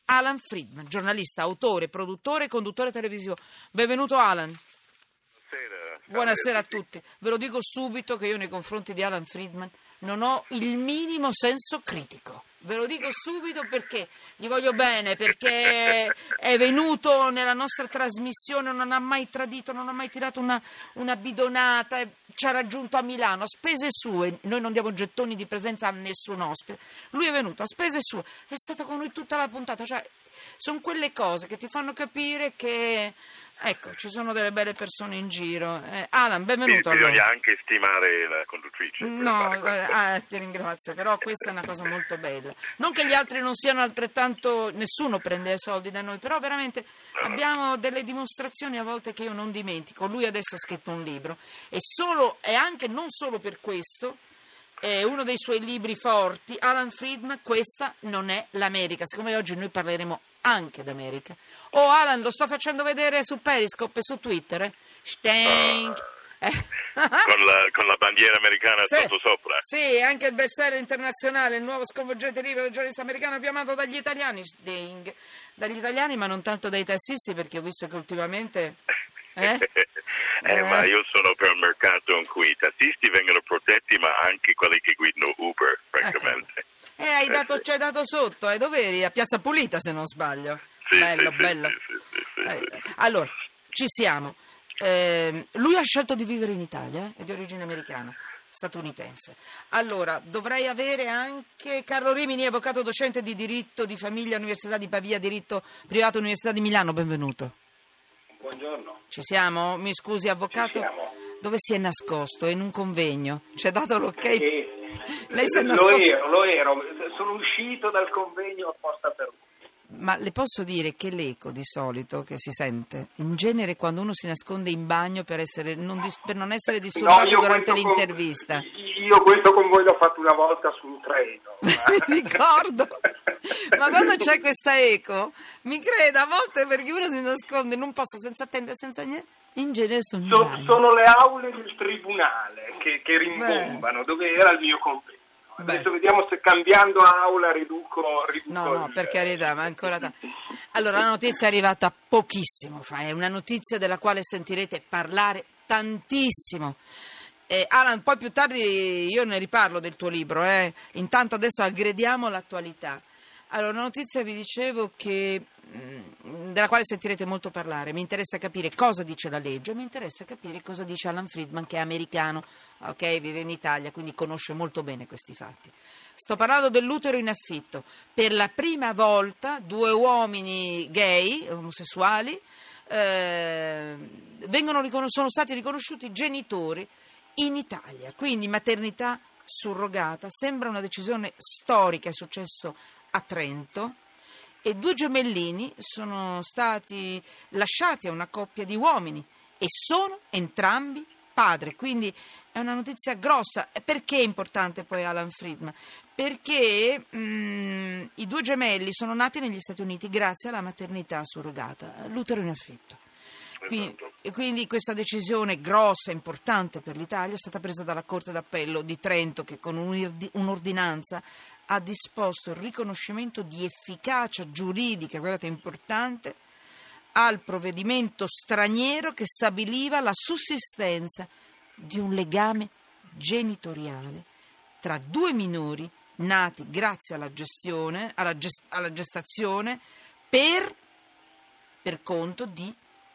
Alan Friedman, giornalista, autore, produttore e conduttore televisivo. Benvenuto Alan. Buonasera a tutti. Ve lo dico subito che io nei confronti di Alan Friedman non ho il minimo senso critico. Ve lo dico subito perché gli voglio bene, perché è venuto nella nostra trasmissione, non ha mai tradito, non ha mai tirato una bidonata, ci ha raggiunto a Milano a spese sue. Noi non diamo gettoni di presenza a nessun ospite. Lui è venuto a spese sue, è stato con noi tutta la puntata. Cioè, sono quelle cose che ti fanno capire che, ecco, ci sono delle belle persone in giro. Alan, benvenuto. Bisogna anche stimare la conduttrice. No, ti ringrazio, però questa è una cosa molto bella. Non che gli altri non siano altrettanto, nessuno prende soldi da noi, però veramente abbiamo delle dimostrazioni a volte che io non dimentico. Lui adesso ha scritto un libro e anche non solo per questo, è uno dei suoi libri forti, Alan Friedman, Questa non è l'America. Siccome oggi noi parleremo anche d'America. Oh Alan, lo sto facendo vedere su Periscope e su Twitter. Stenk. Con la bandiera americana sotto sopra. Sì, anche il bestseller internazionale, il nuovo sconvolgente libro del giornalista americano più amato dagli italiani. Sting. Dagli italiani, ma non tanto dai tassisti, perché ho visto che ultimamente... Ma io sono per un mercato in cui i tassisti vengono protetti, ma anche quelli che guidano Uber, francamente. Ecco. Ci hai dato sotto, dove eri? A Piazza Pulita, se non sbaglio. Sì, bello. Sì. Allora, ci siamo. Lui ha scelto di vivere in Italia, è di origine americana, statunitense. Allora, dovrei avere anche Carlo Rimini, avvocato docente di diritto di famiglia, Università di Pavia, diritto privato, Università di Milano. Benvenuto. Buongiorno. Ci siamo? Mi scusi, avvocato. Ci siamo. Dove si è nascosto? In un convegno. Ci ha dato l'ok? Lei si è nascosto. Lo ero. Sono uscito dal convegno apposta per lui. Ma le posso dire che l'eco di solito che si sente, in genere quando uno si nasconde in bagno per non essere disturbato durante l'intervista. Io questo con voi l'ho fatto una volta su un treno. Mi ricordo. Ma quando c'è questa eco, mi creda, a volte perché uno si nasconde in un posto senza attendere, senza niente, in genere sono le aule del tribunale che rimbombano, dove era il mio convegno. Adesso vediamo se cambiando aula riduco No, per carità, ma ancora Allora, la notizia è arrivata pochissimo fa, è una notizia della quale sentirete parlare tantissimo. Alan, poi più tardi io ne riparlo del tuo libro, intanto adesso aggrediamo l'attualità. Allora, una notizia vi dicevo della quale sentirete molto parlare. Mi interessa capire cosa dice la legge, mi interessa capire cosa dice Alan Friedman, che è americano, ok, vive in Italia, quindi conosce molto bene questi fatti. Sto parlando dell'utero in affitto. Per la prima volta 2 uomini gay, omosessuali, sono stati riconosciuti genitori in Italia, quindi maternità surrogata. Sembra una decisione storica, è successo a Trento, e 2 gemellini sono stati lasciati a una coppia di uomini e sono entrambi padri, quindi è una notizia grossa. Perché è importante poi Alan Friedman? Perché i 2 gemelli sono nati negli Stati Uniti grazie alla maternità surrogata, l'utero in affitto. Quindi questa decisione grossa e importante per l'Italia è stata presa dalla Corte d'Appello di Trento, che con un'ordinanza ha disposto il riconoscimento di efficacia giuridica, guardate, importante, al provvedimento straniero che stabiliva la sussistenza di un legame genitoriale tra 2 minori nati grazie alla gestazione per conto di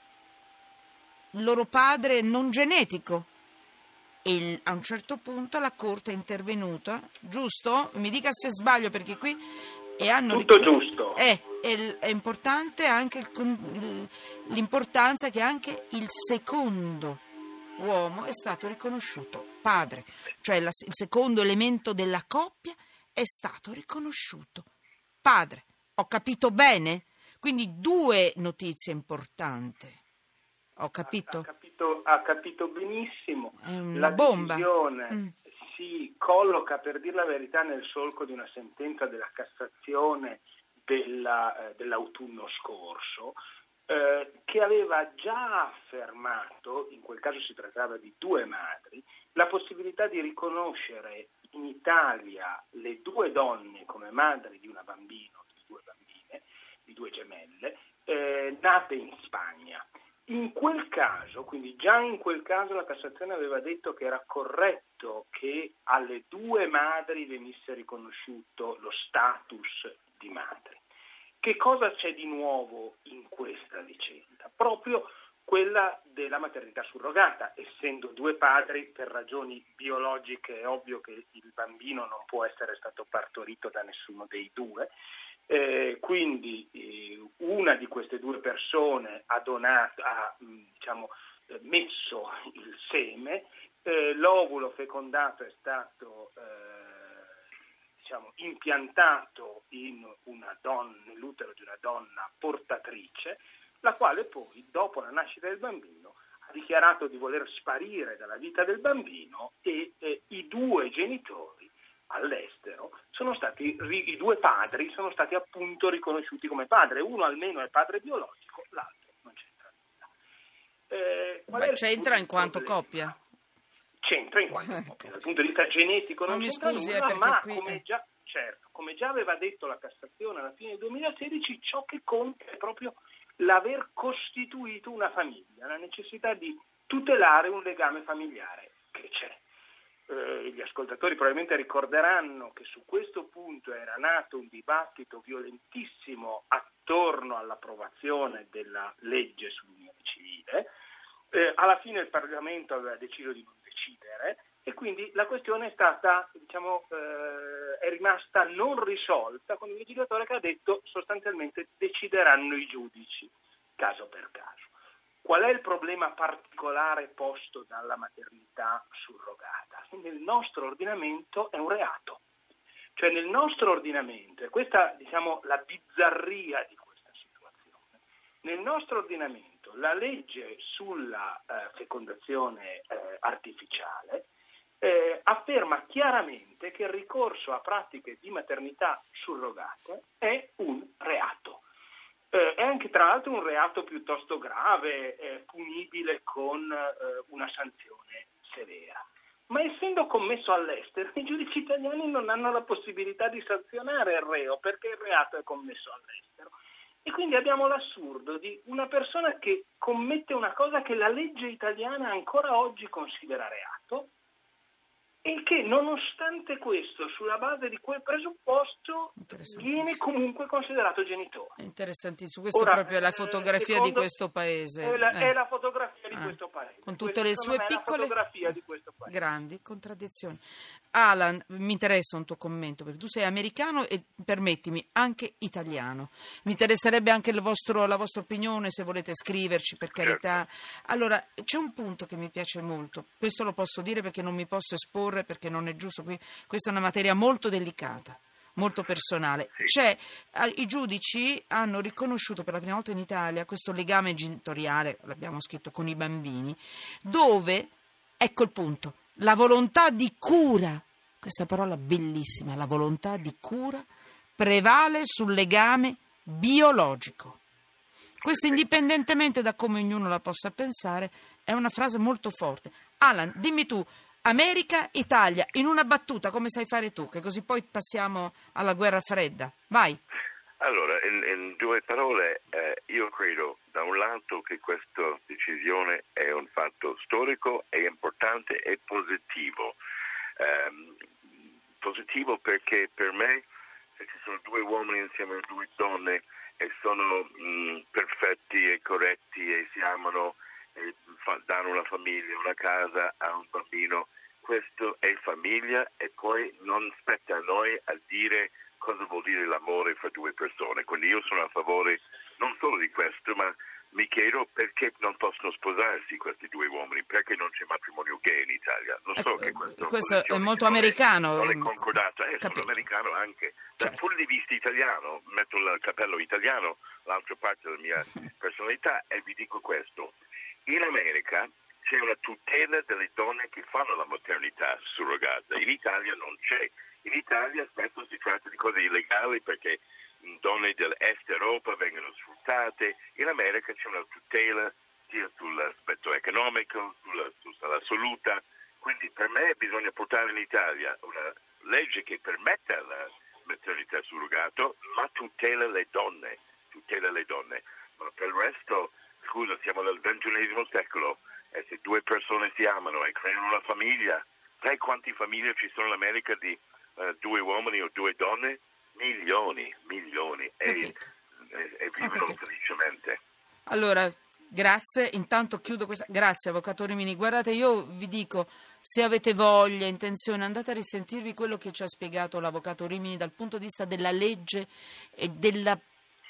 loro padre non genetico. E a un certo punto la Corte è intervenuta, giusto? Mi dica se sbaglio, perché qui tutto giusto. È importante anche l'importanza che anche il secondo uomo è stato riconosciuto padre, cioè il secondo elemento della coppia è stato riconosciuto padre. Ho capito bene? Quindi 2 notizie importanti. Ho capito? Ha capito benissimo. È una la bomba. Decisione si colloca, per dir la verità, nel solco di una sentenza della Cassazione dell'autunno scorso, che aveva già affermato, in quel caso si trattava di 2 madri, la possibilità di riconoscere in Italia le 2 donne come madri di una bambino, di 2 bambine, due gemelle, nate in Spagna. In quel caso, quindi già in quel caso la Cassazione aveva detto che era corretto che alle due madri venisse riconosciuto lo status di madri. Che cosa c'è di nuovo in questa vicenda? Proprio quella della maternità surrogata. Essendo due padri, per ragioni biologiche è ovvio che il bambino non può essere stato partorito da nessuno dei due, quindi una di queste due persone ha messo il seme, l'ovulo fecondato è stato impiantato nell'utero di una donna portatrice, la quale poi, dopo la nascita del bambino, ha dichiarato di voler sparire dalla vita del bambino e i due genitori all'estero i due padri sono stati appunto riconosciuti come padre. Uno almeno è padre biologico, l'altro non c'entra nulla. C'entra in quanto coppia? C'entra in quanto coppia. Dal punto di vista genetico non c'entra nulla, ma come già aveva detto la Cassazione alla fine del 2016, ciò che conta è proprio l'aver costituito una famiglia, la necessità di tutelare un legame familiare che c'è. Gli ascoltatori probabilmente ricorderanno che su questo punto era nato un dibattito violentissimo attorno all'approvazione della legge sull'unione civile. Alla fine il Parlamento aveva deciso di non decidere e quindi la questione è stata, è rimasta non risolta con il legislatore che ha detto sostanzialmente decideranno i giudici, caso per caso. Qual è il problema particolare posto dalla maternità surrogata? Nel nostro ordinamento è un reato. Cioè nel nostro ordinamento, e questa la bizzarria di questa situazione, nel nostro ordinamento la legge sulla fecondazione artificiale afferma chiaramente che il ricorso a pratiche di maternità surrogate è un reato. È anche tra l'altro un reato piuttosto grave, punibile con una sanzione severa. Ma essendo commesso all'estero, i giudici italiani non hanno la possibilità di sanzionare il reo perché il reato è commesso all'estero. E quindi abbiamo l'assurdo di una persona che commette una cosa che la legge italiana ancora oggi considera reato e che nonostante questo, sulla base di quel presupposto, viene comunque considerato genitore. È interessantissimo, questa è proprio la fotografia di questo paese. È la fotografia di questo paese. Con tutte le sue piccole di questo paese. Grandi contraddizioni. Alan, mi interessa un tuo commento, perché tu sei americano e, permettimi, anche italiano. Mi interesserebbe anche la vostra opinione, se volete scriverci, per carità. Allora, c'è un punto che mi piace molto, questo lo posso dire perché non mi posso esporre, perché non è giusto, questa è una materia molto delicata, molto personale. I giudici hanno riconosciuto per la prima volta in Italia questo legame genitoriale, l'abbiamo scritto, con i bambini, dove, ecco il punto, la volontà di cura, questa parola bellissima, la volontà di cura prevale sul legame biologico. Questo, indipendentemente da come ognuno la possa pensare, è una frase molto forte. Alan, dimmi tu, America, Italia, in una battuta, come sai fare tu, che così poi passiamo alla guerra fredda. Vai. Allora, in due parole, io credo da un lato che questa decisione è un fatto storico, è importante e positivo. Positivo perché per me, se ci sono due uomini insieme a due donne e sono perfetti e corretti e si amano, e danno una famiglia, una casa a un bambino, questo è famiglia e poi non spetta a noi a dire cosa vuol dire l'amore fra due persone. Quindi io sono a favore non solo di questo, ma mi chiedo perché non possono sposarsi questi due uomini, perché non c'è matrimonio gay in Italia. Non so che questo è molto americano. Non è concordata, sono americano anche. Dal punto di vista italiano, metto il cappello italiano, l'altra parte della mia personalità, e vi dico questo. In America c'è una tutela delle donne che fanno la maternità surrogata, in Italia non c'è. In Italia spesso si tratta di cose illegali perché donne dell'Est Europa vengono sfruttate. In America c'è una tutela sia sull'aspetto economico, sulla salute. Quindi per me bisogna portare in Italia una legge che permetta la maternità surrogata, ma tutela le donne tutela alle donne, ma per il resto, scusa, siamo nel XXI secolo e se due persone si amano e creano una famiglia, sai quante famiglie ci sono in America di 2 uomini o 2 donne? Milioni e vivono felicemente. Allora, grazie, intanto chiudo questa. Grazie, avvocato Rimini. Guardate, io vi dico, se avete voglia, intenzione, andate a risentirvi quello che ci ha spiegato l'avvocato Rimini dal punto di vista della legge e della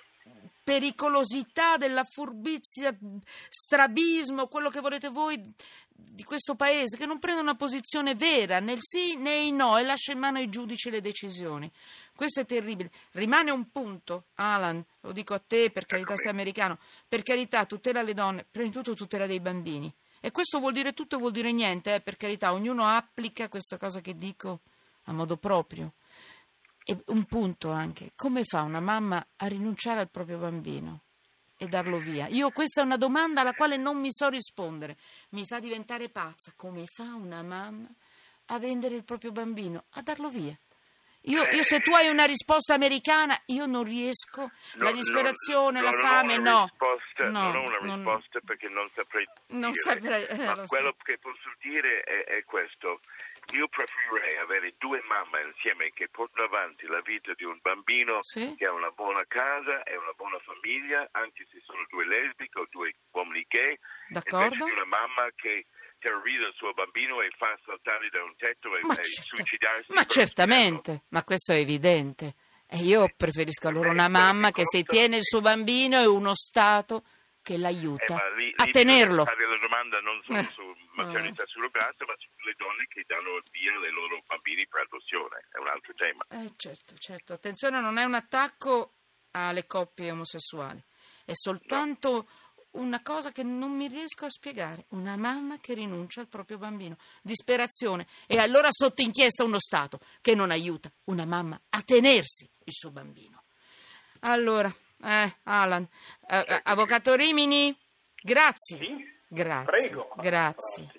pericolosità, della furbizia, strabismo, quello che volete voi di questo paese, che non prende una posizione vera nel sì né il no e lascia in mano ai giudici le decisioni. Questo è terribile. Rimane un punto, Alan, lo dico a te, per carità sei americano, per carità tutela le donne, prima di tutto tutela dei bambini. E questo vuol dire tutto e vuol dire niente, per carità, ognuno applica questa cosa che dico a modo proprio. E un punto anche, come fa una mamma a rinunciare al proprio bambino e darlo via? Io questa è una domanda alla quale non mi so rispondere, mi fa diventare pazza. Come fa una mamma a vendere il proprio bambino, a darlo via? Io se tu hai una risposta americana, io non riesco, la disperazione, la fame, no. Non ho una risposta perché non saprei dire. Ma quello che posso dire è questo. Io preferirei avere 2 mamme insieme che portano avanti la vita di un bambino che ha una buona casa e una buona famiglia, anche se sono 2 lesbiche o 2 uomini gay, d'accordo, invece di una mamma che terrorizza il suo bambino e fa saltare da un tetto e suicidarsi. Ma certamente, ma questo è evidente. E io preferisco allora una mamma che si tiene il suo bambino e uno Stato che l'aiuta a tenerlo. Fare la domanda non solo su maternità surrogata, ma sulle donne che danno via i loro bambini per adozione. È un altro tema. Certo. Attenzione, non è un attacco alle coppie omosessuali. È soltanto una cosa che non mi riesco a spiegare. Una mamma che rinuncia al proprio bambino. Disperazione. E allora sotto inchiesta uno Stato che non aiuta una mamma a tenersi il suo bambino. Allora, Alan, avvocato Rimini, grazie. Sì? Grazie. Prego. Grazie.